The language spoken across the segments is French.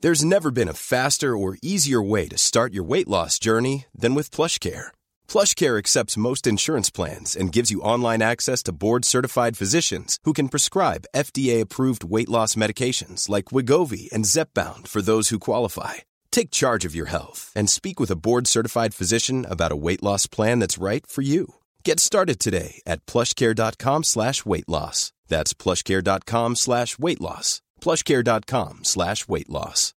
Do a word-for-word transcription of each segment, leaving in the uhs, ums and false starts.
There's never been a faster or easier way to start your weight loss journey than with PlushCare. PlushCare accepts most insurance plans and gives you online access to board-certified physicians who can prescribe F D A-approved weight loss medications like Wegovy and Zepbound for those who qualify. Take charge of your health and speak with a board-certified physician about a weight loss plan that's right for you. Get started today at plushcare.com slash weight loss. That's plushcare.com slash weight loss. plushcare.com slash weight loss.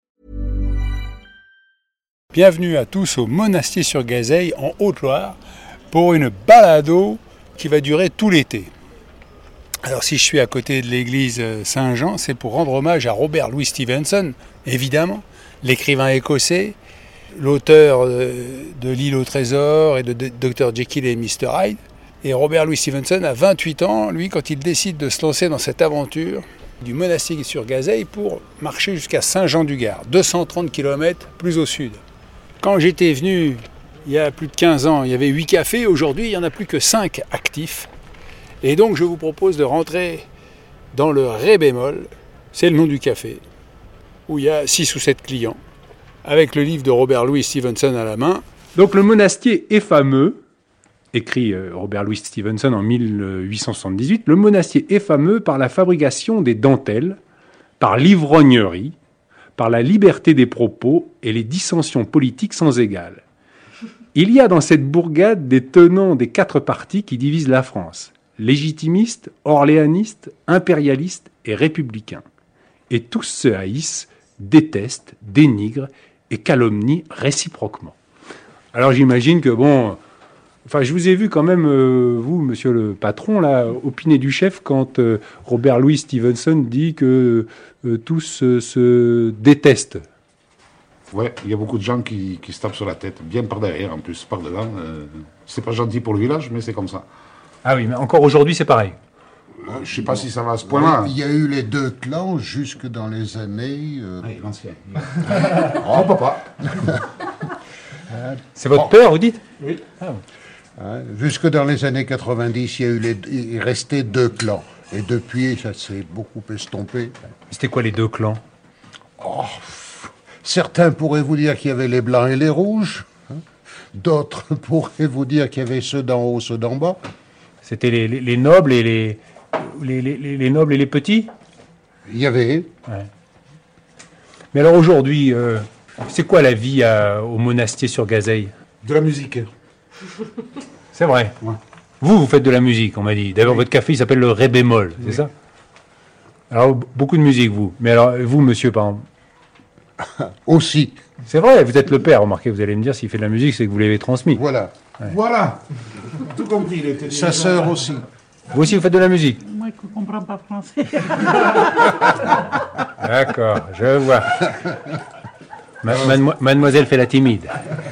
Bienvenue à tous au Monastier-sur-Gazeille en Haute-Loire pour une balado qui va durer tout l'été. Alors si je suis à côté de l'église Saint-Jean, c'est pour rendre hommage à Robert Louis Stevenson, évidemment, l'écrivain écossais, l'auteur de L'île au trésor et de docteur Jekyll et mister Hyde. Et Robert Louis Stevenson a vingt-huit ans, lui, quand il décide de se lancer dans cette aventure du Monastier-sur-Gazeille pour marcher jusqu'à Saint-Jean-du-Gard, deux cent trente kilomètres plus au sud. Quand j'étais venu, il y a plus de quinze ans, il y avait huit cafés. Aujourd'hui, il n'y en a plus que cinq actifs. Et donc, je vous propose de rentrer dans le Ré bémol, c'est le nom du café, où il y a six ou sept clients, avec le livre de Robert Louis Stevenson à la main. Donc, le monastier est fameux, écrit Robert Louis Stevenson en dix-huit cent soixante-dix-huit, le monastier est fameux par la fabrication des dentelles, par l'ivrognerie, par la liberté des propos et les dissensions politiques sans égales. Il y a dans cette bourgade des tenants des quatre partis qui divisent la France, légitimistes, orléanistes, impérialistes et républicains. Et tous se haïssent, détestent, dénigrent et calomnient réciproquement. Alors j'imagine que, bon... Enfin, je vous ai vu quand même, euh, vous, monsieur le patron, là, opiner du chef quand euh, Robert Louis Stevenson dit que euh, tous euh, se détestent. Ouais, il y a beaucoup de gens qui, qui se tapent sur la tête, bien par derrière en plus, par devant. Euh, c'est pas gentil pour le village, mais c'est comme ça. Ah oui, mais encore aujourd'hui, c'est pareil. Euh, je sais pas si ça va à ce point-là. Il y a eu les deux clans jusque dans les années... Euh... Oui, l'ancien. Oh, papa. C'est votre père, vous dites ? Oui. Ah. Hein, jusque dans les années quatre-vingt-dix, il y a eu les, il restait deux clans. Et depuis, ça s'est beaucoup estompé. C'était quoi les deux clans ? Oh, certains pourraient vous dire qu'il y avait les blancs et les rouges. Hein. D'autres pourraient vous dire qu'il y avait ceux d'en haut, ceux d'en bas. C'était les, les, les nobles et les, les, les, les nobles et les petits ? Il y avait. Ouais. Mais alors aujourd'hui, euh, c'est quoi la vie à, au Monastier-sur-Gazeille ? De la musique. C'est vrai. Ouais. Vous, vous faites de la musique, on m'a dit. D'ailleurs, oui. Votre café, il s'appelle le Ré bémol, c'est oui. Ça ? Alors, beaucoup de musique, vous. Mais alors, vous, monsieur, par exemple ? Aussi. C'est vrai, vous êtes le père. Remarquez, vous allez me dire, s'il fait de la musique, c'est que vous l'avez transmis. Voilà. Ouais. Voilà. Tout compris, il était... Sa sœur aussi. Vous aussi, vous faites de la musique ? Moi, je ne comprends pas français. D'accord, je vois. Ma- mademo- mademoiselle fait la timide.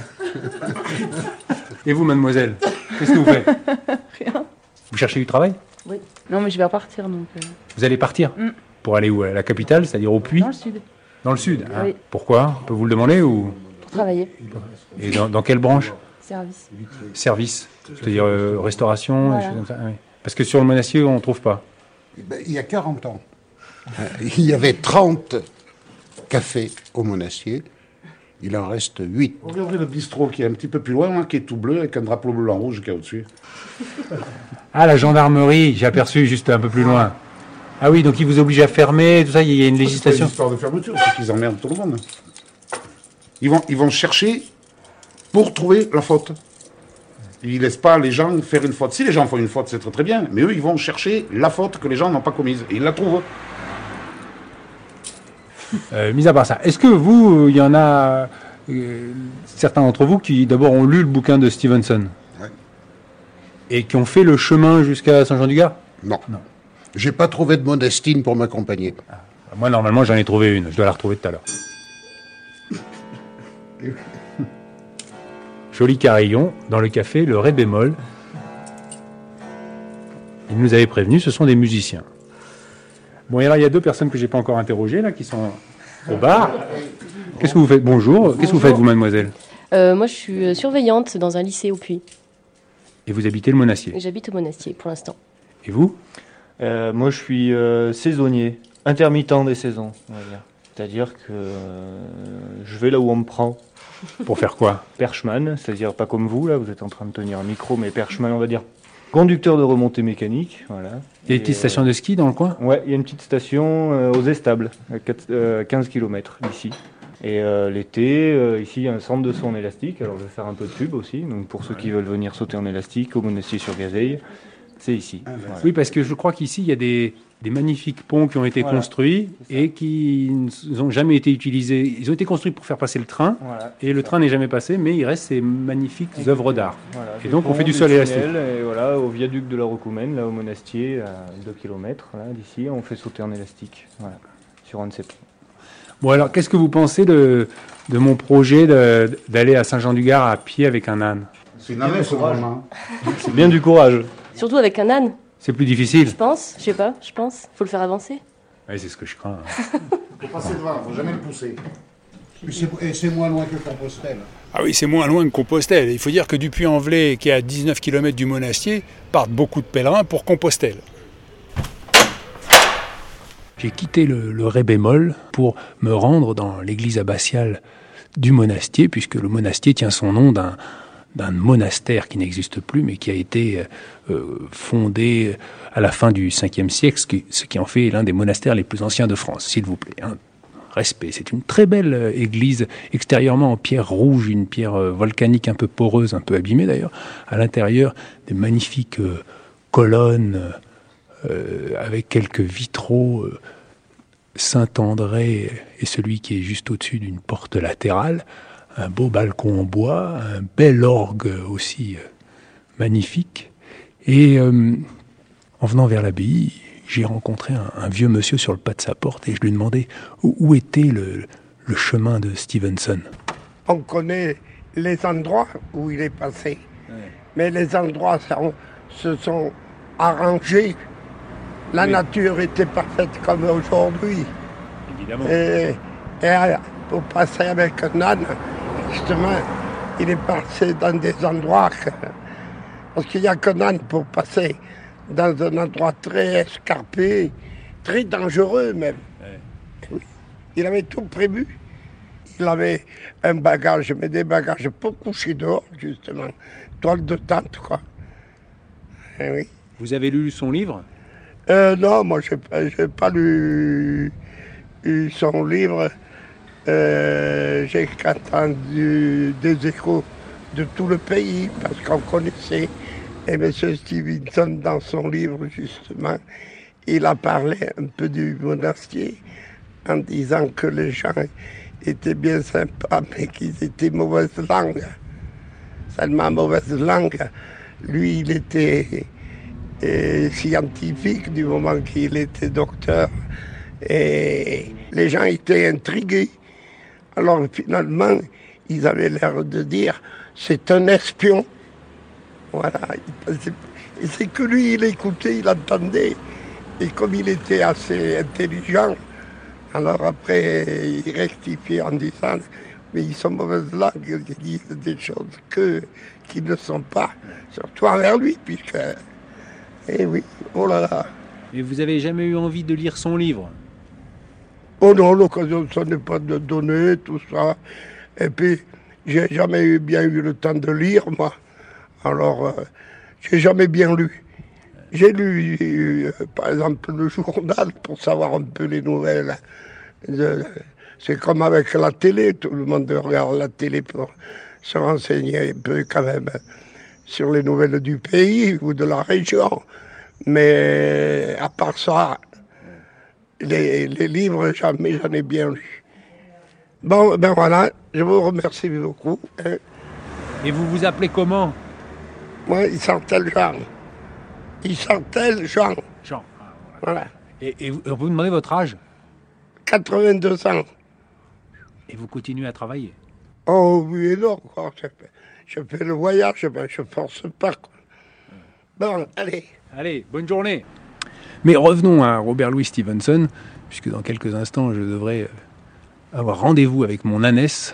Et vous, mademoiselle, qu'est-ce que vous faites ? Rien. Vous cherchez du travail ? Oui. Non, mais je vais repartir, donc... Euh... Vous allez partir ? mm. Pour aller où ? À la capitale, c'est-à-dire au Puy ? Dans le sud. Dans le sud ? Ah. Oui. Pourquoi ? On peut vous le demander ou... Pour travailler. Et dans, dans quelle branche ? Service. Service, c'est-à-dire euh, restauration, voilà. Des choses comme ça. Ah, oui. Parce que sur le monastier, on ne trouve pas. Ben, il y a quarante ans, il y avait trente cafés au monastier. Il en reste huit. Regardez le bistrot qui est un petit peu plus loin, hein, qui est tout bleu, avec un drapeau blanc-rouge qui est au-dessus. Ah, la gendarmerie, j'ai aperçu juste un peu plus loin. Ah oui, donc ils vous obligent à fermer, tout ça, il y a une législation. C'est pas une histoire de fermeture, c'est qu'ils emmerdent tout le monde. Ils vont, ils vont chercher pour trouver la faute. Ils ne laissent pas les gens faire une faute. Si les gens font une faute, c'est très très bien, mais eux, ils vont chercher la faute que les gens n'ont pas commise. Et ils la trouvent. Euh, mis à part ça, est-ce que vous, il y en a euh, certains d'entre vous qui d'abord ont lu le bouquin de Stevenson ? Ouais. Et qui ont fait le chemin jusqu'à Saint-Jean-du-Gard ? Non. non. J'ai pas trouvé de Modestine pour m'accompagner. Ah, moi, normalement, j'en ai trouvé une. Je dois la retrouver tout à l'heure. Joli carillon dans le café, le Ré bémol. Ils nous avaient prévenus, ce sont des musiciens. Bon, et alors, il y a deux personnes que je n'ai pas encore interrogées, là, qui sont au bar. Qu'est-ce que vous faites ? Bonjour. Bonjour. Qu'est-ce que vous faites, vous, mademoiselle ? euh, Moi, je suis surveillante dans un lycée au Puy. Et vous habitez le Monastier ? J'habite au Monastier, pour l'instant. Et vous ? euh, Moi, je suis euh, saisonnier, intermittent des saisons, on va dire. C'est-à-dire que euh, je vais là où on me prend. Pour faire quoi? Perchman, c'est-à-dire pas comme vous, là, vous êtes en train de tenir un micro, mais perchman, on va dire conducteur de remontée mécanique. Voilà. Il y a une petite station de ski dans le coin? Ouais, il y a une petite station euh, aux Estables, à quinze kilomètres d'ici. Et euh, l'été, euh, ici, il y a un centre de saut en élastique. Alors, je vais faire un peu de pub aussi. Donc, pour ceux qui veulent venir sauter en élastique au Monastier-sur-Gazeille, c'est ici. Ah, voilà. Oui, parce que je crois qu'ici, il y a des, des magnifiques ponts qui ont été Voilà, construits et qui n'ont jamais été utilisés. Ils ont été construits pour faire passer le train. Voilà, et le ça. train n'est jamais passé, mais il reste ces magnifiques Exactement. œuvres d'art. Voilà, et donc, on ponts, fait du des sol élastique. tunnels, Et voilà, au viaduc de la Roucoumène, là, au Monastier, à deux kilomètres là, d'ici, on fait sauter en élastique. Voilà, sur un de ces ponts. Bon, alors, qu'est-ce que vous pensez de, de mon projet de, d'aller à Saint-Jean-du-Gard à pied avec un âne? C'est une année, ce moment. C'est bien du courage. Surtout avec un âne, C'est plus difficile. je pense. Je sais pas, je pense. Faut le faire avancer. Oui, c'est ce que je crains. Faut passer devant, faut jamais le pousser. Et c'est- Et c'est moins loin que Compostelle. Ah oui, c'est moins loin que Compostelle. Il faut dire que du Puy-en-Velay, qui est à dix-neuf kilomètres du Monastier, partent beaucoup de pèlerins pour Compostelle. J'ai quitté le, le ré bémol pour me rendre dans l'église abbatiale du Monastier, puisque le Monastier tient son nom d'un, d'un monastère qui n'existe plus, mais qui a été euh, fondé à la fin du cinquième siècle, ce qui, ce qui en fait l'un des monastères les plus anciens de France, s'il vous plaît. Hein. Respect. C'est une très belle euh, église, extérieurement en pierre rouge, une pierre euh, volcanique un peu poreuse, un peu abîmée d'ailleurs. À l'intérieur, des magnifiques euh, colonnes euh, avec quelques vitraux. Euh, Saint-André est celui qui est juste au-dessus d'une porte latérale, un beau balcon en bois, un bel orgue aussi euh, magnifique. Et euh, en venant vers l'abbaye, j'ai rencontré un, un vieux monsieur sur le pas de sa porte et je lui ai demandé où, où était le, le chemin de Stevenson. On connaît les endroits où il est passé, ouais. Mais les endroits sont, se sont arrangés. La oui. Nature était parfaite comme aujourd'hui. Évidemment. Et, et pour passer avec un âne, justement, il est passé dans des endroits que, parce qu'il n'y a qu'un âne pour passer dans un endroit très escarpé, très dangereux même. Ouais. Oui. Il avait tout prévu. Il avait un bagage, mais des bagages pour coucher dehors, justement. Toile de tente, quoi. Et oui. Vous avez lu son livre ? Euh, non, moi, je n'ai pas lu, lu son livre. Euh, j'ai entendu des échos de tout le pays, parce qu'on connaissait. Et M. Stevenson, dans son livre, justement, il a parlé un peu du Monastier, en disant que les gens étaient bien sympas, mais qu'ils étaient mauvaise langue. Seulement mauvaise langue. Lui, il était... Et scientifique du moment qu'il était docteur. Et les gens étaient intrigués. Alors finalement, ils avaient l'air de dire c'est un espion. Voilà. Et c'est que lui, il écoutait, il entendait. Et comme il était assez intelligent, alors après, il rectifiait en disant mais ils sont mauvaises langues, ils disent des choses que, qui ne sont pas, surtout envers lui, puisque. Eh oui, oh là là. Et vous avez jamais eu envie de lire son livre? Oh non, l'occasion, ça n'est pas de donner, tout ça. Et puis, j'ai jamais eu, bien eu le temps de lire, moi. Alors, euh, j'ai jamais bien lu. J'ai lu, euh, par exemple, le journal pour savoir un peu les nouvelles. De, c'est comme avec la télé, tout le monde regarde la télé pour se renseigner un peu quand même sur les nouvelles du pays ou de la région. Mais à part ça, les, les livres, jamais j'en ai bien lu. Bon, ben voilà, je vous remercie beaucoup. Hein. Et vous vous appelez comment? Moi, il s'appelle Jean. Il s'appelle Jean. Jean. Ah, voilà. Voilà. Et, et vous, vous demandez votre âge? quatre-vingt-deux ans. Et vous continuez à travailler? Oh oui et non, quoi. Je, fais, je fais le voyage, ben, je force pas. Quoi. Bon, allez. Allez, bonne journée. Mais revenons à Robert Louis Stevenson, puisque dans quelques instants, je devrais avoir rendez-vous avec mon ânesse.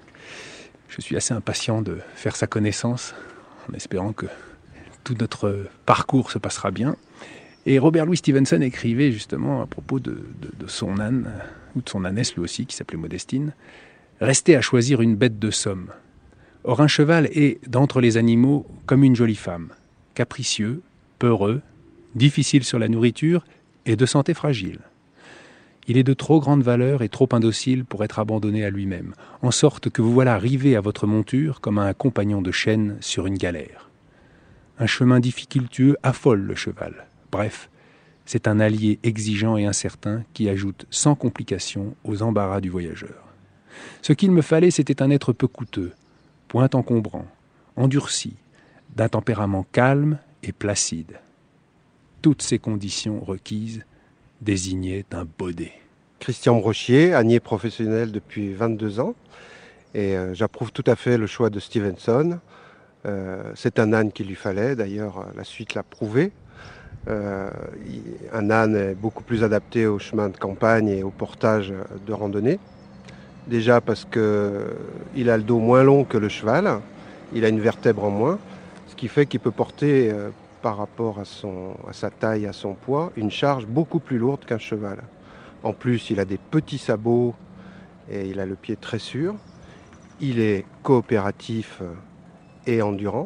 Je suis assez impatient de faire sa connaissance, en espérant que tout notre parcours se passera bien. Et Robert Louis Stevenson écrivait justement à propos de, de, de son âne, ou de son ânesse lui aussi, qui s'appelait Modestine, « Restez à choisir une bête de somme. Or un cheval est, d'entre les animaux, comme une jolie femme, capricieux, peureux, difficile sur la nourriture et de santé fragile. Il est de trop grande valeur et trop indocile pour être abandonné à lui-même, en sorte que vous voilà rivé à votre monture comme à un compagnon de chaîne sur une galère. Un chemin difficultueux affole le cheval. Bref, c'est un allié exigeant et incertain qui ajoute sans complication aux embarras du voyageur. Ce qu'il me fallait, c'était un être peu coûteux, point encombrant, endurci, d'un tempérament calme et placide. Toutes ces conditions requises désignaient un baudet. » Christian Brochier, ânier professionnel depuis vingt-deux ans, et euh, j'approuve tout à fait le choix de Stevenson. Euh, c'est un âne qu'il lui fallait, d'ailleurs la suite l'a prouvé. Euh, un âne est beaucoup plus adapté aux chemins de campagne et au portage de randonnée. Déjà parce qu'il a le dos moins long que le cheval, il a une vertèbre en moins, ce qui fait qu'il peut porter, euh, par rapport à, son, à sa taille, à son poids, une charge beaucoup plus lourde qu'un cheval. En plus, il a des petits sabots et il a le pied très sûr. Il est coopératif et endurant.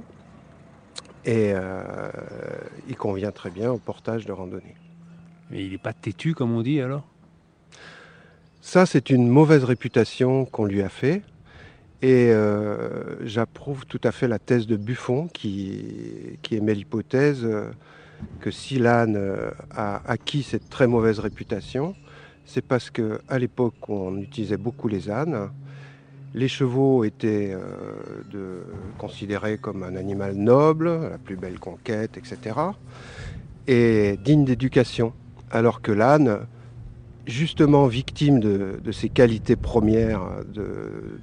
Et euh, il convient très bien au portage de randonnée. Mais il n'est pas têtu, comme on dit, alors ? Ça, c'est une mauvaise réputation qu'on lui a fait. Et euh, j'approuve tout à fait la thèse de Buffon qui, qui émet l'hypothèse que si l'âne a acquis cette très mauvaise réputation, c'est parce qu'à l'époque où on utilisait beaucoup les ânes, les chevaux étaient euh, de, considérés comme un animal noble, la plus belle conquête, et cetera, et digne d'éducation. Alors que l'âne, justement victime de, de ses qualités premières de,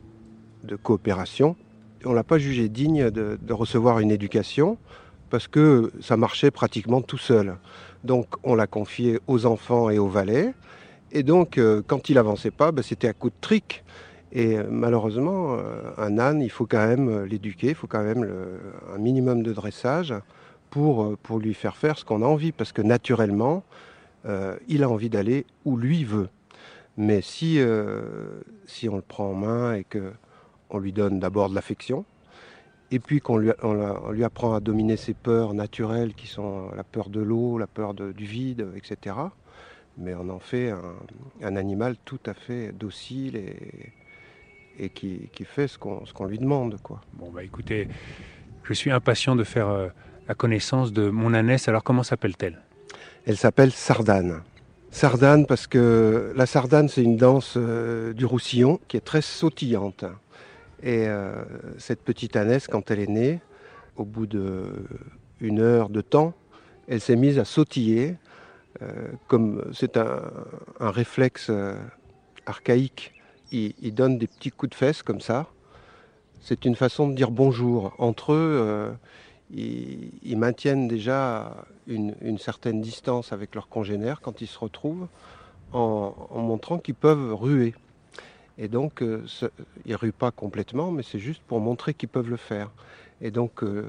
de coopération, on ne l'a pas jugé digne de, de recevoir une éducation parce que ça marchait pratiquement tout seul. Donc on l'a confié aux enfants et aux valets. Et donc, euh, quand il avançait pas, ben, c'était à coup de trick. Et euh, malheureusement, euh, un âne, il faut quand même l'éduquer, il faut quand même le, un minimum de dressage pour, euh, pour lui faire faire ce qu'on a envie. Parce que naturellement, euh, il a envie d'aller où lui veut. Mais si, euh, si on le prend en main et qu'on lui donne d'abord de l'affection, et puis qu'on lui, on la, on lui apprend à dominer ses peurs naturelles qui sont la peur de l'eau, la peur de, du vide, et cetera, mais on en fait un, un animal tout à fait docile et, et qui, qui fait ce qu'on, ce qu'on lui demande, quoi. Bon, bah écoutez, je suis impatient de faire euh, la connaissance de mon ânesse. Alors, comment s'appelle-t-elle ? Elle s'appelle Sardane. Sardane parce que la sardane, c'est une danse euh, du Roussillon qui est très sautillante. Et euh, cette petite ânesse, quand elle est née, au bout d'une heure de temps, elle s'est mise à sautiller. Euh, comme c'est un, un réflexe euh, archaïque, il, il donne des petits coups de fesses comme ça. C'est une façon de dire bonjour. Entre eux, euh, ils, ils maintiennent déjà une, une certaine distance avec leurs congénères quand ils se retrouvent, en, en montrant qu'ils peuvent ruer. Et donc, euh, ce, ils ne ruent pas complètement, mais c'est juste pour montrer qu'ils peuvent le faire. Et donc, euh,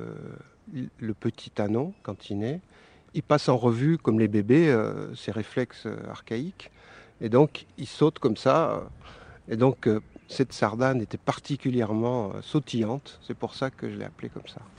le petit ânon, quand il naît, il passe en revue, comme les bébés, euh, ses réflexes euh, archaïques. Et donc, il saute comme ça. Euh, et donc, euh, cette sardane était particulièrement euh, sautillante. C'est pour ça que je l'ai appelée comme ça.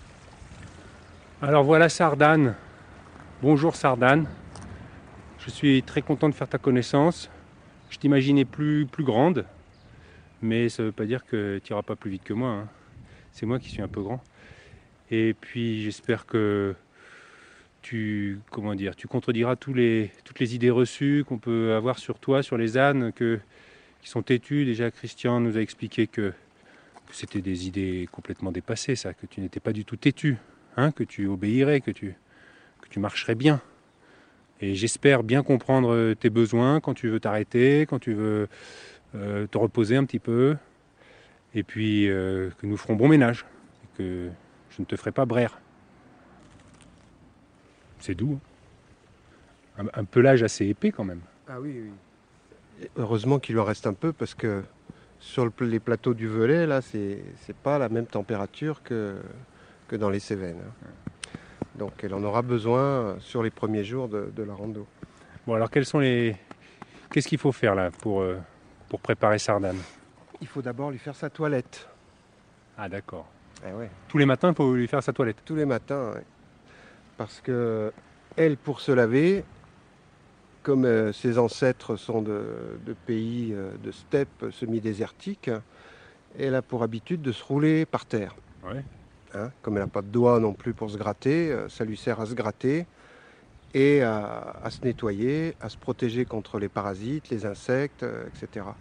Alors voilà Sardane. Bonjour Sardane. Je suis très content de faire ta connaissance. Je t'imaginais plus, plus grande. Mais ça ne veut pas dire que tu n'iras pas plus vite que moi, hein. C'est moi qui suis un peu grand. Et puis, j'espère que tu, comment dire, tu contrediras tous les, toutes les idées reçues qu'on peut avoir sur toi, sur les ânes, que, qui sont têtus. Déjà, Christian nous a expliqué que, que c'était des idées complètement dépassées, ça, que tu n'étais pas du tout têtu, hein, que tu obéirais, que tu, que tu marcherais bien. Et j'espère bien comprendre tes besoins quand tu veux t'arrêter, quand tu veux euh, te reposer un petit peu. Et puis euh, que nous ferons bon ménage, et que je ne te ferai pas braire. C'est doux, hein. un, un pelage assez épais quand même. Ah oui, oui. Heureusement qu'il lui en reste un peu, parce que sur le, les plateaux du Velay, là, c'est, c'est pas la même température que, que dans les Cévennes, hein. Donc elle en aura besoin sur les premiers jours de, de la rando. Bon, alors quels sont les... Qu'est-ce qu'il faut faire là pour, euh, pour préparer Sardane? Il faut d'abord lui faire sa toilette. Ah d'accord. Eh ouais. Tous les matins, il faut lui faire sa toilette? Tous les matins, ouais. Parce que elle, pour se laver, comme euh, ses ancêtres sont de, de pays euh, de steppe semi-désertiques, elle a pour habitude de se rouler par terre. Ouais. Hein, comme elle n'a pas de doigts non plus pour se gratter, euh, ça lui sert à se gratter et à, à se nettoyer, à se protéger contre les parasites, les insectes, euh, et cetera.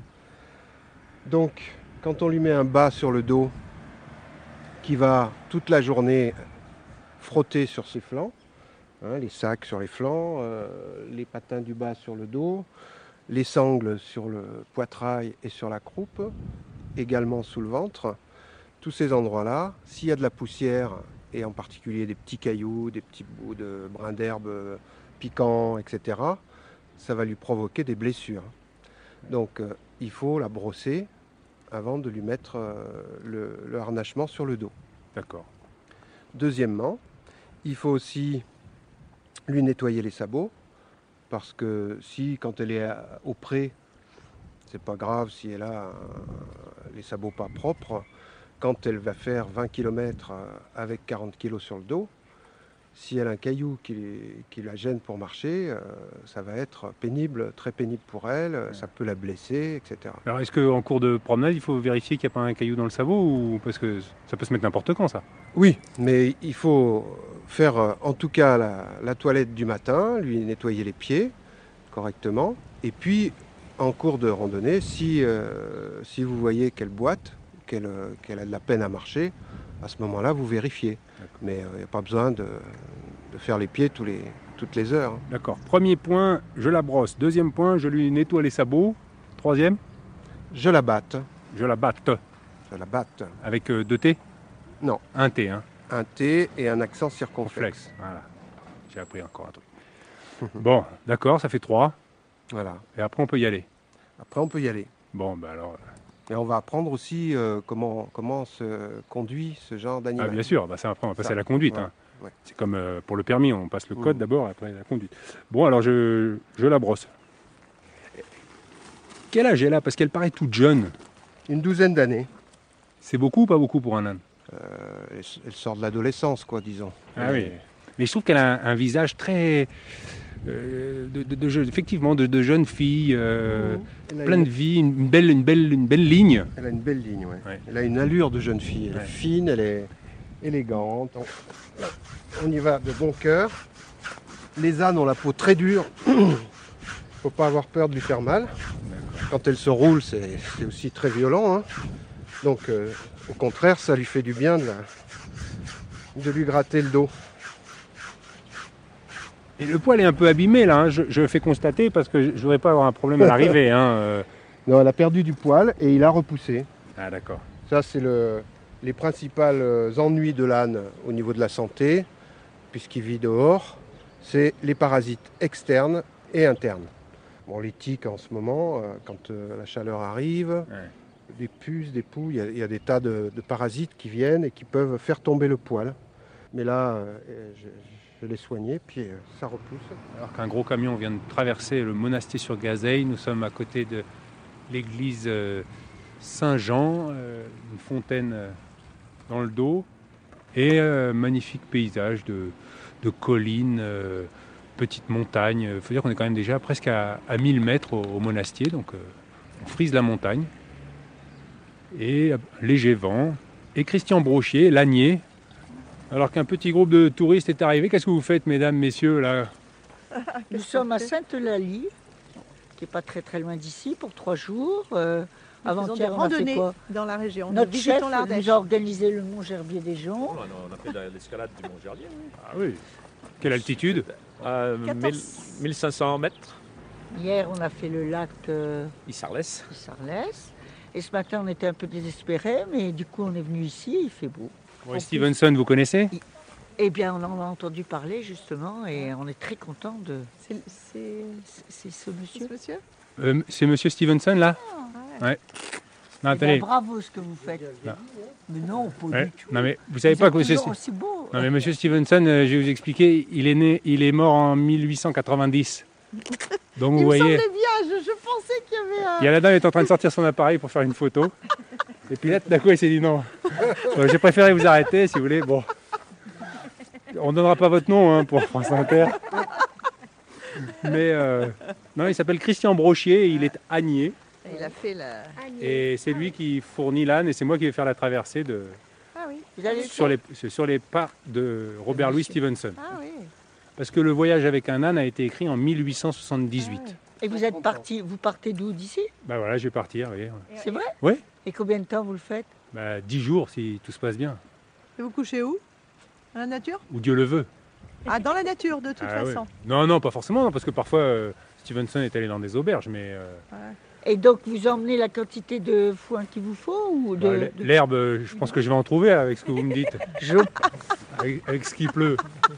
Donc, quand on lui met un bas sur le dos qui va toute la journée frotter sur ses flancs, hein, les sacs sur les flancs, euh, les patins du bas sur le dos, les sangles sur le poitrail et sur la croupe, également sous le ventre. Tous ces endroits-là, s'il y a de la poussière, et en particulier des petits cailloux, des petits bouts de brins d'herbe piquants, et cetera, ça va lui provoquer des blessures. Donc euh, il faut la brosser avant de lui mettre euh, le, le harnachement sur le dos. D'accord. Deuxièmement, il faut aussi lui nettoyer les sabots, parce que si, quand elle est au pré, c'est pas grave si elle a euh, les sabots pas propres, quand elle va faire vingt kilomètres avec quarante kilos sur le dos, si elle a un caillou qui, qui la gêne pour marcher, euh, ça va être pénible, très pénible pour elle, ouais. Ça peut la blesser, et cetera. Alors est-ce qu'en cours de promenade, il faut vérifier qu'il n'y a pas un caillou dans le sabot ou... Parce que ça peut se mettre n'importe quand, ça. Oui, mais il faut faire euh, en tout cas la, la toilette du matin, lui nettoyer les pieds correctement, et puis en cours de randonnée, si, euh, si vous voyez qu'elle boite, qu'elle, qu'elle a de la peine à marcher, à ce moment-là, vous vérifiez. D'accord. Mais il euh, n'y a pas besoin de, de faire les pieds tous les, toutes les heures. Hein. D'accord. Premier point, je la brosse. Deuxième point, je lui nettoie les sabots. Troisième, je la batte. Je la batte. Je la batte. Avec euh, deux T? Non. Un T, hein. Un T et un accent circonflexe. Flex. Voilà. J'ai appris encore un truc. Bon, d'accord, ça fait trois. Voilà. Et après, on peut y aller. Après, on peut y aller. Bon, ben alors... Et on va apprendre aussi euh, comment, comment se conduit ce genre d'animal. Ah, bien sûr, bah ça, après on va passer ça. à la conduite. Ouais. Hein. Ouais. C'est comme euh, pour le permis, on passe le code mmh. d'abord, après la conduite. Bon, alors je, je la brosse. Quel âge elle a? Parce qu'elle paraît toute jeune. Une douzaine d'années. C'est beaucoup ou pas beaucoup pour un âne? euh, elle, elle sort de l'adolescence, quoi, disons. Ah elle... oui. Mais je trouve qu'elle a un, un visage très... Euh, de, de, de, effectivement, de, de jeune fille, euh, mmh. plein une... de vie, une belle, une, belle, une belle ligne. Elle a une belle ligne, ouais. Ouais. Elle a une allure de jeune fille. Elle ouais. est fine, elle est élégante. On, on y va de bon cœur. Les ânes ont la peau très dure. Il ne faut pas avoir peur de lui faire mal. Quand elle se roule, c'est, c'est aussi très violent. Hein. Donc, euh, au contraire, ça lui fait du bien de, la, de lui gratter le dos. Et le poil est un peu abîmé là, hein. je, je fais constater parce que je ne voudrais pas avoir un problème à l'arrivée. Hein. Non, elle a perdu du poil et il a repoussé. Ah d'accord. Ça c'est le, les principaux ennuis de l'âne au niveau de la santé, puisqu'il vit dehors, c'est les parasites externes et internes. Bon, les tiques en ce moment, euh, quand euh, la chaleur arrive, ouais. des puces, des poux, il y, y a des tas de, de parasites qui viennent et qui peuvent faire tomber le poil. Mais là, euh, je, Je l'ai soigné, puis euh, ça repousse. Alors qu'un gros camion vient de traverser le monastier sur Gazeille, nous sommes à côté de l'église euh, Saint-Jean, euh, une fontaine euh, dans le dos, et euh, magnifique paysage de, de collines, euh, petites montagnes. Il faut dire qu'on est quand même déjà presque à, à mille mètres au, au monastier, donc euh, on frise la montagne. Et léger vent. Et Christian Brochier, l'ânier, alors qu'un petit groupe de touristes est arrivé. Qu'est-ce que vous faites, mesdames, messieurs, là? Nous sommes à Sainte-Eulalie, qui n'est pas très très loin d'ici, pour trois jours. Euh, Avant-hier, on a fait quoi dans la région. Notre chef nous a organisé le Mont Gerbier des Joncs. Oh, on a fait l'escalade du Mont Gerbier. Oui. Ah oui. Quelle altitude? euh, mille cinq cents mètres. Hier, on a fait le lac euh, Issarlès. Issarlès. Et ce matin, on était un peu désespérés, mais du coup, on est venu ici, il fait beau. Ouais, Stevenson, plus, vous connaissez? il, Eh bien, on en a entendu parler, justement, et on est très content de... C'est, c'est... c'est ce monsieur, c'est, monsieur euh, c'est monsieur Stevenson, là? Ah, ouais. Ouais. Non, Eh attendez. ben, bravo ce que vous faites. Non. Mais non, pas Ouais. du tout. Non, mais vous savez Vous pas êtes que monsieur... toujours aussi beau. Non, mais monsieur Stevenson, euh, je vais vous expliquer, il est né, il est mort en mille huit cent quatre-vingt-dix. Donc vous Il me voyez, semblait bien, je, je pensais qu'il y avait un... il y a la dame qui est en train de sortir son appareil pour faire une photo. Et puis là, tout d'un coup, il s'est dit non. Euh, J'ai préféré vous arrêter, si vous voulez. Bon, on ne donnera pas votre nom hein, pour France Inter. Mais euh, non, il s'appelle Christian Brochier, et il est ânier. Il a fait la... Et c'est lui qui fournit l'âne et c'est moi qui vais faire la traversée de, Ah oui. Vous allez sur, les, sur les pas de Robert Louis Stevenson. Ah oui. Parce que le voyage avec un âne a été écrit en mille huit cent soixante-dix-huit. Et vous êtes parti, vous partez d'où, d'ici? Bah voilà, je vais partir, oui. C'est vrai? Oui. Et combien de temps vous le faites? Bah dix jours si tout se passe bien. Et vous couchez où? Dans la nature? Ou Dieu le veut. Ah, dans la nature, de toute Ah, façon. ouais. Non, non, pas forcément, parce que parfois euh, Stevenson est allé dans des auberges, mais euh, Et donc vous emmenez la quantité de foin qu'il vous faut ou de, bah, l- de- l'herbe, euh, je pense que je vais en trouver avec ce que vous me dites. Je- avec, avec ce qui pleut.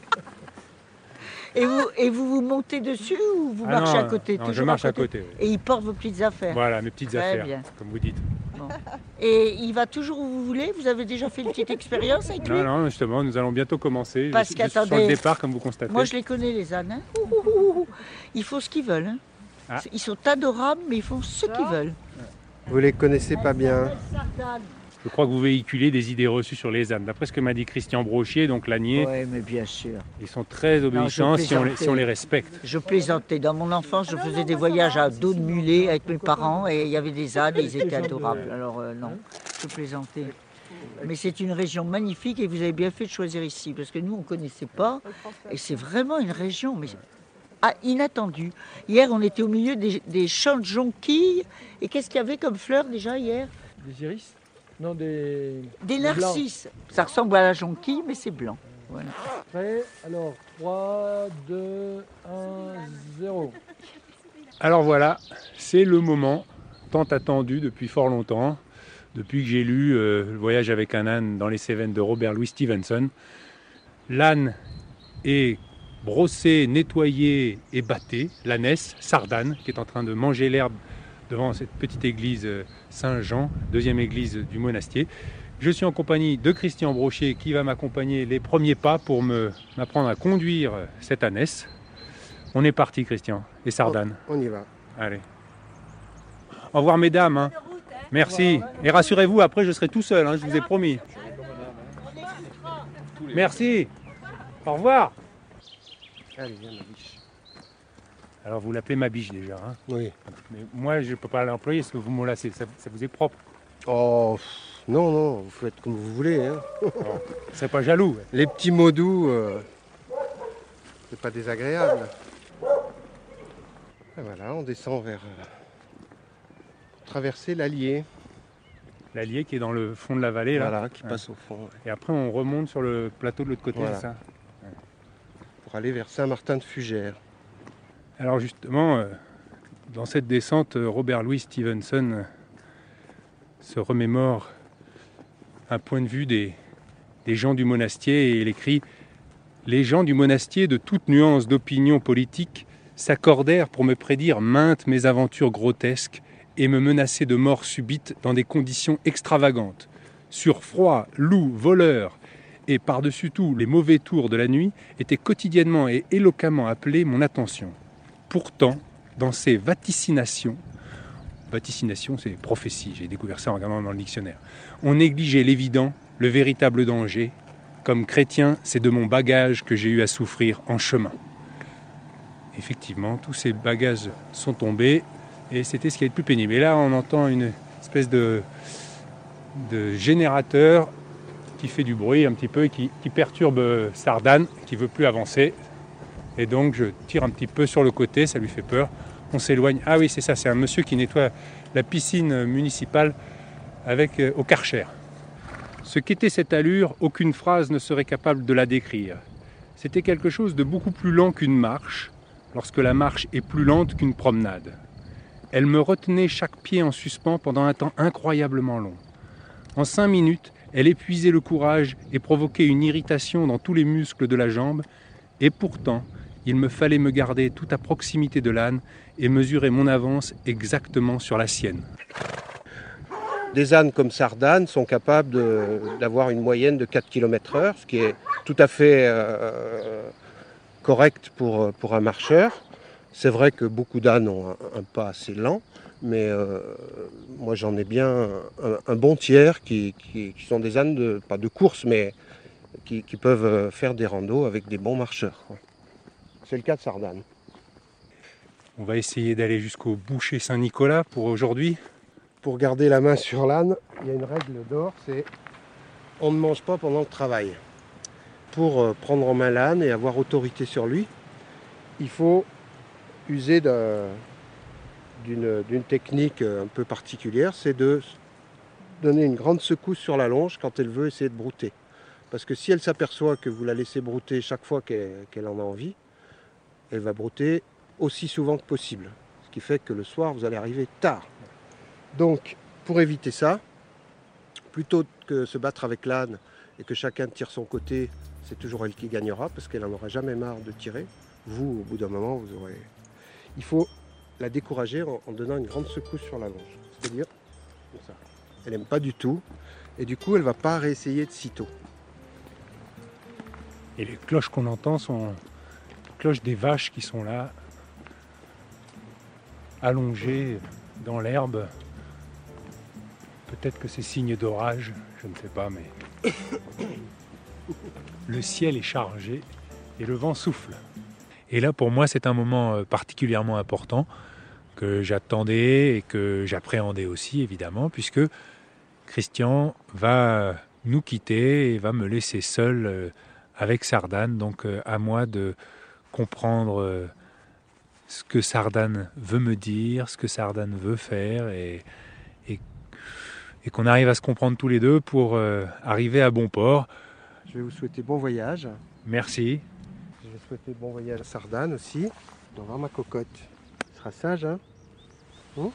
Et vous, et vous vous montez dessus ou vous Ah marchez non, à côté? non, toujours je marche à côté, oui. Et il porte vos petites affaires? Voilà, mes petites Très affaires, bien. comme vous dites. Bon. Et il va toujours où vous voulez? Vous avez déjà fait une petite expérience avec lui? Non, non, justement, nous allons bientôt commencer. Parce je, suis- je suis qu'attendez, sur le départ, comme vous constatez. Moi je les connais les ânes. Hein. Ouh, ouh, ouh, ouh. Ils font ce qu'ils veulent. Hein. Ah. Ils sont adorables, mais ils font ce qu'ils veulent. Vous les connaissez pas bien. Je crois que vous véhiculez des idées reçues sur les ânes. D'après ce que m'a dit Christian Brochier, donc l'ânier, Oui, mais bien sûr. ils sont très obéissants si, on les, si on les respecte. Je plaisantais. Dans mon enfance, je faisais des voyages à dos de mulet avec mes parents et il y avait des ânes et ils étaient adorables. Alors euh, non, je plaisantais. Mais c'est une région magnifique et vous avez bien fait de choisir ici parce que nous, on ne connaissait pas. Et c'est vraiment une région mais, ah, inattendue. Hier, on était au milieu des, des champs de jonquilles. Et qu'est-ce qu'il y avait comme fleurs déjà hier? Des iris? Non, des... Des blancs. narcisses. Ça ressemble à la jonquille, mais c'est blanc. Voilà. Prêt? Alors, trois, deux, un, zéro. Alors voilà, c'est le moment tant attendu depuis fort longtemps, depuis que j'ai lu euh, Le voyage avec un âne dans les Cévennes de Robert Louis Stevenson. L'âne est brossé, nettoyé et batté, l'ânesse, Sardane, qui est en train de manger l'herbe devant cette petite église Saint-Jean, deuxième église du monastier. Je suis en compagnie de Christian Brochier qui va m'accompagner les premiers pas pour me, m'apprendre à conduire cette ânesse. On est parti, Christian, et Sardane. On y va. Allez. Au revoir, mesdames. hein. Merci. Et rassurez-vous, après, je serai tout seul, hein, je vous ai promis. Merci. Au revoir. Allez, viens, ma biche. Alors, vous l'appelez ma biche déjà. Hein. Oui. Mais moi, je ne peux pas l'employer parce que vous me lassez. Ça, ça vous est propre. Oh, pff, non, non, vous faites comme vous voulez. Hein. Bon, c'est pas jaloux. Les petits mots doux, euh, c'est pas désagréable. Et voilà, on descend vers euh, traverser l'Allier. L'Allier qui est dans le fond de la vallée. Là. Voilà, qui Ouais. passe au fond. Ouais. Et après, on remonte sur le plateau de l'autre côté, Voilà. c'est ça? Pour aller vers Saint-Martin-de-Fugères. Alors justement, euh, dans cette descente, euh, Robert Louis Stevenson euh, se remémore un point de vue des, des gens du monastier et il écrit « Les gens du monastier de toute nuance d'opinion politique s'accordèrent pour me prédire maintes mésaventures grotesques et me menacer de mort subite dans des conditions extravagantes. Surfroid, loups, voleurs et par-dessus tout les mauvais tours de la nuit étaient quotidiennement et éloquemment appelés mon attention. Pourtant, dans ces vaticinations, vaticinations c'est prophétie, j'ai découvert ça en regardant dans le dictionnaire, on négligeait l'évident, le véritable danger. Comme chrétien, c'est de mon bagage que j'ai eu à souffrir en chemin. Effectivement, tous ces bagages sont tombés et c'était ce qui est le plus pénible. Et là, on entend une espèce de, de générateur qui fait du bruit un petit peu et qui, qui perturbe Sardane, qui ne veut plus avancer. Et donc, je tire un petit peu sur le côté, ça lui fait peur. On s'éloigne. Ah oui, c'est ça, c'est un monsieur qui nettoie la piscine municipale avec, euh, au Karcher. Ce qu'était cette allure, aucune phrase ne serait capable de la décrire. C'était quelque chose de beaucoup plus lent qu'une marche, lorsque la marche est plus lente qu'une promenade. Elle me retenait chaque pied en suspens pendant un temps incroyablement long. En cinq minutes, elle épuisait le courage et provoquait une irritation dans tous les muscles de la jambe, et pourtant, il me fallait me garder tout à proximité de l'âne et mesurer mon avance exactement sur la sienne. Des ânes comme Sardanne sont capables de, d'avoir une moyenne de quatre kilomètres heure, ce qui est tout à fait euh, correct pour, pour un marcheur. C'est vrai que beaucoup d'ânes ont un, un pas assez lent, mais euh, moi j'en ai bien un, un bon tiers qui, qui, qui sont des ânes, de, pas de course, mais qui, qui peuvent faire des randos avec des bons marcheurs. C'est le cas de Sardanne. On va essayer d'aller jusqu'au boucher Saint-Nicolas pour aujourd'hui. Pour garder la main sur l'âne, il y a une règle d'or, c'est on ne mange pas pendant le travail. Pour prendre en main l'âne et avoir autorité sur lui, il faut user de, d'une, d'une technique un peu particulière, c'est de donner une grande secousse sur la longe quand elle veut essayer de brouter. Parce que si elle s'aperçoit que vous la laissez brouter chaque fois qu'elle, qu'elle en a envie, elle va brouter aussi souvent que possible. Ce qui fait que le soir, vous allez arriver tard. Donc, pour éviter ça, plutôt que se battre avec l'âne et que chacun tire son côté, c'est toujours elle qui gagnera parce qu'elle n'en aura jamais marre de tirer. Vous, au bout d'un moment, vous aurez... Il faut la décourager en, en donnant une grande secousse sur la longe. C'est-à-dire, comme ça. Elle n'aime pas du tout et du coup, elle ne va pas réessayer de sitôt. Et les cloches qu'on entend sont les cloches des vaches qui sont là, allongées dans l'herbe. Peut-être que c'est signe d'orage, je ne sais pas, mais le ciel est chargé et le vent souffle. Et là, pour moi, c'est un moment particulièrement important que j'attendais et que j'appréhendais aussi, évidemment, puisque Christian va nous quitter et va me laisser seul avec Sardanne. Donc, à moi de comprendre ce que Sardanne veut me dire, ce que Sardanne veut faire, et, et, et qu'on arrive à se comprendre tous les deux pour euh, arriver à bon port. Je vais vous souhaiter bon voyage. Merci. Je vais souhaiter bon voyage à Sardanne aussi. On va voir ma cocotte. Tu seras sage, hein, hum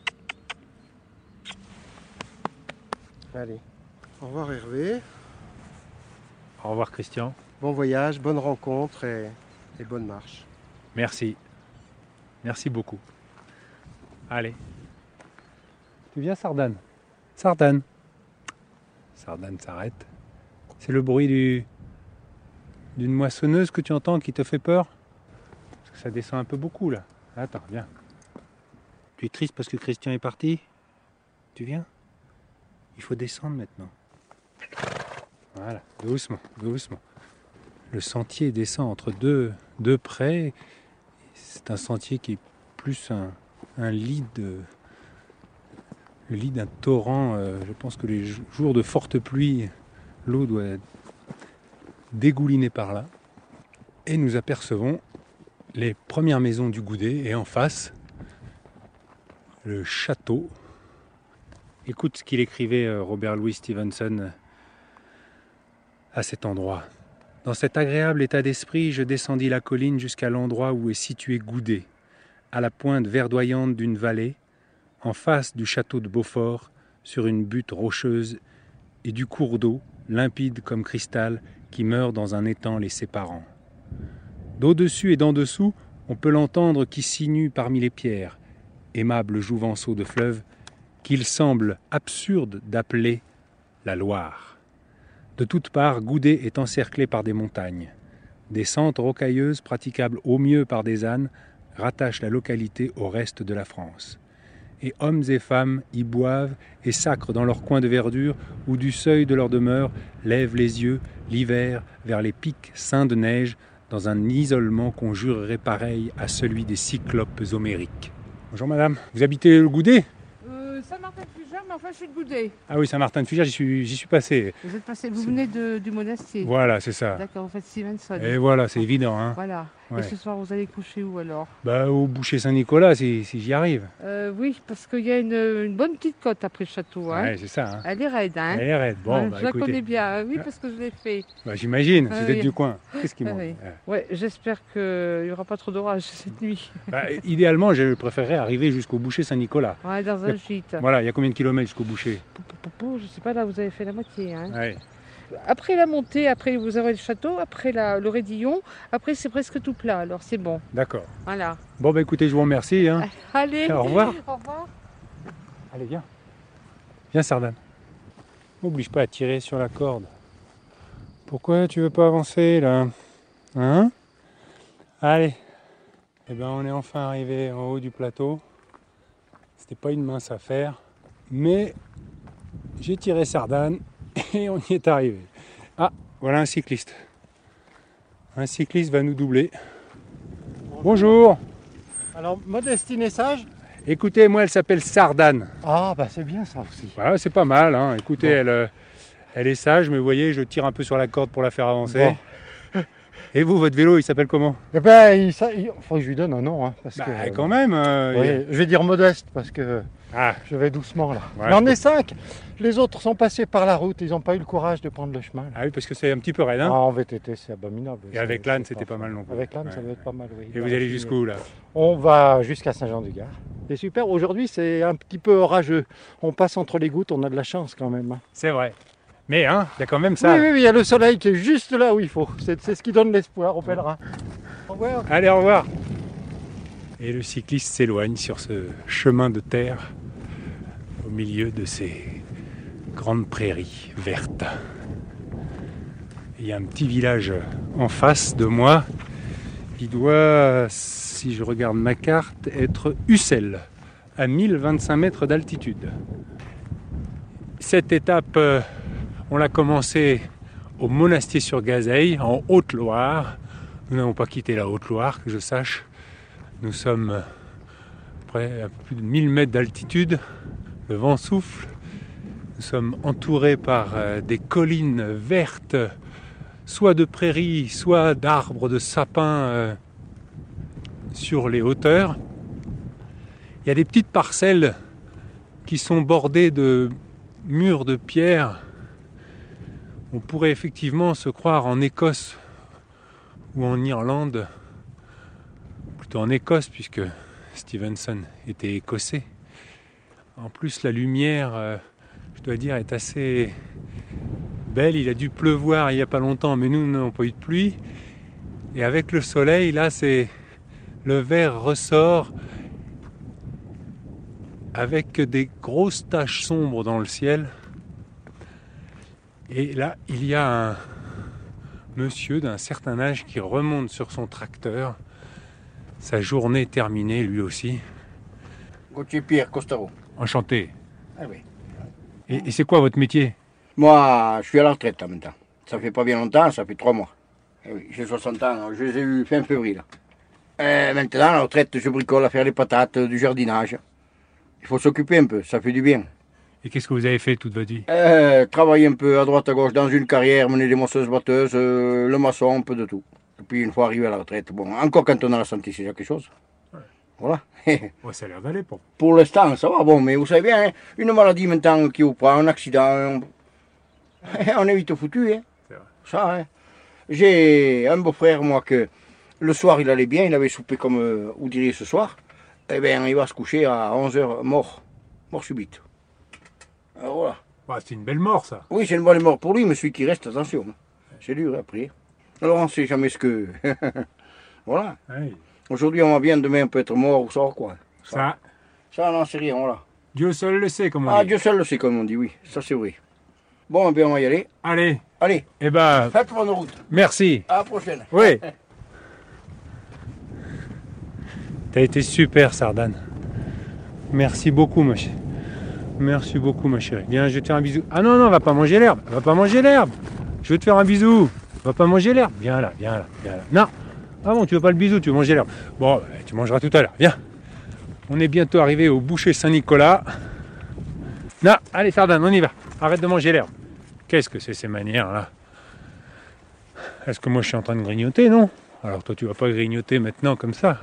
Allez. Au revoir Hervé. Au revoir Christian. Bon voyage, bonne rencontre et, et bonne marche. Merci. Merci beaucoup. Allez. Tu viens Sardanne? Sardanne. Sardanne s'arrête. C'est le bruit du, d'une moissonneuse que tu entends qui te fait peur? Parce que ça descend un peu beaucoup là. Attends, viens. Tu es triste parce que Christian est parti? Tu viens? Il faut descendre maintenant. Voilà, doucement, doucement. Le sentier descend entre deux, deux prés. C'est un sentier qui est plus un, un lit de, le lit d'un torrent. Euh, je pense que les jours de forte pluie, l'eau doit dégouliner par là. Et nous apercevons les premières maisons du Goudet et en face, le château. Écoute ce qu'il écrivait Robert Louis Stevenson à cet endroit. Dans cet agréable état d'esprit, je descendis la colline jusqu'à l'endroit où est situé Goudet, à la pointe verdoyante d'une vallée, en face du château de Beaufort, sur une butte rocheuse, et du cours d'eau, limpide comme cristal, qui meurt dans un étang les séparant. D'au-dessus et d'en dessous, on peut l'entendre qui sinue parmi les pierres, aimable jouvenceau de fleuve, qu'il semble absurde d'appeler la Loire. De toutes parts, Goudet est encerclé par des montagnes. Des sentes rocailleuses, praticables au mieux par des ânes, rattachent la localité au reste de la France. Et hommes et femmes y boivent et sacrent dans leurs coins de verdure où du seuil de leur demeure lèvent les yeux, l'hiver, vers les pics ceints de neige, dans un isolement qu'on jurerait pareil à celui des cyclopes homériques. Bonjour madame, vous habitez le Goudet ? euh, Saint-Martin-de-Fugère, mais enfin je suis de Goudet. Ah oui, Saint-Martin-de-Fugère, j'y suis, j'y suis passé. Vous êtes passé, vous venez de, du monastier. Voilà, c'est ça. D'accord, vous faites Stevenson. Et voilà, c'est évident. Hein. Voilà. Ouais. Et ce soir, vous allez coucher où alors? Bah, au boucher Saint-Nicolas, si, si j'y arrive. Euh, oui, parce qu'il y a une, une bonne petite côte après le château. Hein. Ouais, c'est ça. Hein. Elle est raide. Hein. Elle est raide. Bon, ouais, bah, je la écoutez. connais bien, oui, parce que je l'ai fait. Bah, j'imagine, Ah, vous êtes oui. du coin. Qu'est-ce qui Ah, manque? oui. Ouais, j'espère qu'il n'y aura pas trop d'orage cette nuit. Bah, idéalement, je préférerais arriver jusqu'au boucher Saint-Nicolas. Ouais, dans un gîte. Voilà, il y a combien de kilomètres jusqu'au boucher? Je sais pas, là vous avez fait la moitié. Hein. Ouais. Après la montée, après vous avez le château, après la, le Rédillon, après c'est presque tout plat, alors c'est bon. D'accord. Voilà. Bon, bah écoutez, je vous remercie. Hein. Allez. Au revoir. Au revoir. Allez, viens. Viens. Viens Sardane. M'oblige pas à tirer sur la corde. Pourquoi tu veux pas avancer là? Hein? Allez. Eh ben on est enfin arrivé en haut du plateau. C'était pas une mince affaire. Mais j'ai tiré Sardane et on y est arrivé. Ah, voilà un cycliste. Un cycliste va nous doubler. Bonjour. Alors, Modestine est sage? Écoutez, moi elle s'appelle Sardane. Ah, bah c'est bien ça aussi. Ouais, c'est pas mal. Hein. Écoutez, Bon. elle, euh, elle est sage, mais vous voyez, je tire un peu sur la corde pour la faire avancer. Bon. Et vous, votre vélo, il s'appelle comment? Eh ben, il, ça, il faut que je lui donne un nom. Hein, parce Bah, que, quand même. euh, oui, il y a- je vais dire Modeste parce que Ah. je vais doucement là. Ouais, Mais on je est cinq. Les autres sont passés par la route. Ils n'ont pas eu le courage de prendre le chemin. là. Ah oui, parce que c'est un petit peu raide. Hein. Ah, en V T T, c'est abominable. Et avec C'est- l'âne, c'est c'était pas mal non plus. Avec l'âne, Ouais, ça doit être pas mal, oui. Et vous Bah, allez si, jusqu'où là? On va jusqu'à Saint-Jean-du-Gard. C'est super. Aujourd'hui, c'est un petit peu orageux. On passe entre les gouttes. On a de la chance quand même. hein. C'est vrai. Mais hein, il y a quand même ça. Oui, oui, oui, il y a le soleil qui est juste là où il faut. C'est c'est ce qui donne l'espoir aux pèlerins. Au revoir. Allez, au revoir. Et le cycliste s'éloigne sur ce chemin de terre au milieu de ces grandes prairies vertes. Il y a un petit village en face de moi. Il doit, si je regarde ma carte, être Ussel, à mille vingt-cinq mètres d'altitude. Cette étape, euh, on l'a commencée au Monastier-sur-Gazeille, en Haute-Loire. Nous n'avons pas quitté la Haute-Loire, que je sache. Nous sommes à près à plus de mille mètres d'altitude. Le vent souffle. Nous sommes entourés par euh, des collines vertes, soit de prairies, soit d'arbres, de sapins euh, sur les hauteurs. Il y a des petites parcelles qui sont bordées de murs de pierre. On pourrait effectivement se croire en Écosse ou en Irlande, plutôt en Écosse puisque Stevenson était écossais. En plus, la lumière, euh, je dois dire, est assez belle. Il a dû pleuvoir il n'y a pas longtemps, mais nous n'avons pas eu de pluie. Et avec le soleil, là, c'est le vert ressort avec des grosses taches sombres dans le ciel. Et là, il y a un monsieur d'un certain âge qui remonte sur son tracteur. Sa journée terminée, lui aussi. Gauthier Pierre Costaro. Enchanté. Ah oui. Et, et c'est quoi votre métier? Moi, je suis à la retraite là, maintenant. Ça fait pas bien longtemps, ça fait trois mois. Eh oui, j'ai soixante ans, je les ai eus fin février. Là. Et maintenant, à la retraite, je bricole à faire les patates, du jardinage. Il faut s'occuper un peu, ça fait du bien. Et qu'est-ce que vous avez fait toute votre vie? Euh, travailler un peu à droite à gauche dans une carrière, mener des moisseuses batteuses, euh, le maçon, un peu de tout. Et puis une fois arrivé à la retraite, bon, encore quand on a la santé, c'est déjà quelque chose. Ouais. Voilà. Ouais, ça a l'air d'aller pour. Pour l'instant, ça va, bon, mais vous savez bien, hein, une maladie maintenant qui vous prend, un accident, on, on est vite foutu, hein. C'est vrai. Ça, hein. J'ai un beau-frère, moi, que le soir il allait bien, il avait soupé comme euh, vous diriez ce soir, eh bien il va se coucher à onze heures, mort, mort subite. Alors, voilà. Ouais, c'est une belle mort, ça. Oui, c'est une bonne mort pour lui, mais celui qui reste, attention. C'est dur hein, après. Alors on ne sait jamais ce que. Voilà. Ouais. Aujourd'hui on va bien, demain on peut être mort ou ça, quoi. Ça, Ça, on n'en sait rien, voilà. Dieu seul le sait, comme on Ah, dit. Dieu seul le sait, comme on dit, oui. Ça, c'est vrai. Bon, eh bien, on va y aller. Allez. Allez. Eh ben, Faites bonne route. merci. À la prochaine. Oui. T'as été super, Sardane. Merci beaucoup, ma chérie. Merci beaucoup, ma chérie. Viens, je vais te faire un bisou. Ah non, non, va pas manger l'herbe. Va pas manger l'herbe. Je vais te faire un bisou. Va pas manger l'herbe. Viens là, viens là, viens là. Non. Ah bon, tu veux pas le bisou, tu veux manger l'herbe. Bon, tu mangeras tout à l'heure. Viens. On est bientôt arrivé au boucher Saint-Nicolas. Non, allez, Sardane, on y va. Arrête de manger l'herbe. Qu'est-ce que c'est ces manières-là? Est-ce que moi je suis en train de grignoter? Non. Alors toi, tu vas pas grignoter maintenant comme ça.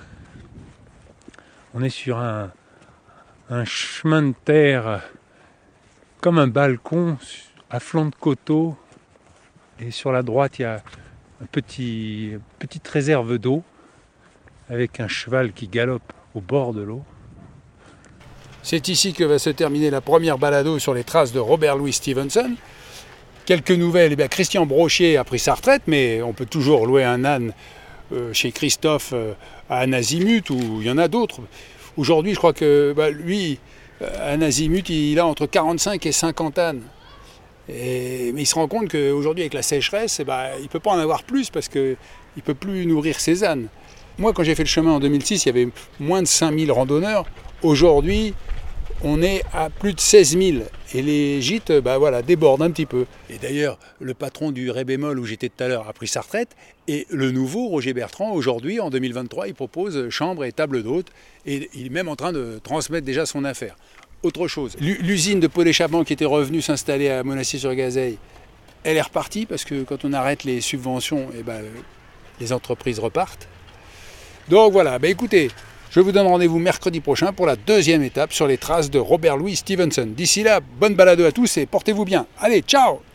On est sur un, un chemin de terre comme un balcon à flanc de coteau. Et sur la droite, il y a une petit, petite réserve d'eau avec un cheval qui galope au bord de l'eau. C'est ici que va se terminer la première balado sur les traces de Robert Louis Stevenson. Quelques nouvelles, eh bien, Christian Brochier a pris sa retraite, mais on peut toujours louer un âne euh, chez Christophe euh, à Anazimut, ou il y en a d'autres. Aujourd'hui, je crois que bah, lui, un azimut, il a entre quarante-cinq et cinquante ânes. Et, mais il se rend compte qu'aujourd'hui, avec la sécheresse, eh ben, il ne peut pas en avoir plus parce qu'il ne peut plus nourrir ses ânes. Moi, quand j'ai fait le chemin en deux mille six, il y avait moins de cinq mille randonneurs. Aujourd'hui, on est à plus de seize mille. Et les gîtes bah voilà, débordent un petit peu. Et d'ailleurs, le patron du Ré bémol où j'étais tout à l'heure a pris sa retraite. Et le nouveau, Roger Bertrand, aujourd'hui, en deux mille vingt-trois, il propose chambre et table d'hôte. Et il est même en train de transmettre déjà son affaire. Autre chose, l'usine de pot d'échappement qui était revenue s'installer à Monastier-sur-Gazeille, elle est repartie parce que quand on arrête les subventions, eh ben, les entreprises repartent. Donc voilà, bah écoutez, je vous donne rendez-vous mercredi prochain pour la deuxième étape sur les traces de Robert Louis Stevenson. D'ici là, bonne balade à tous et portez-vous bien. Allez, ciao!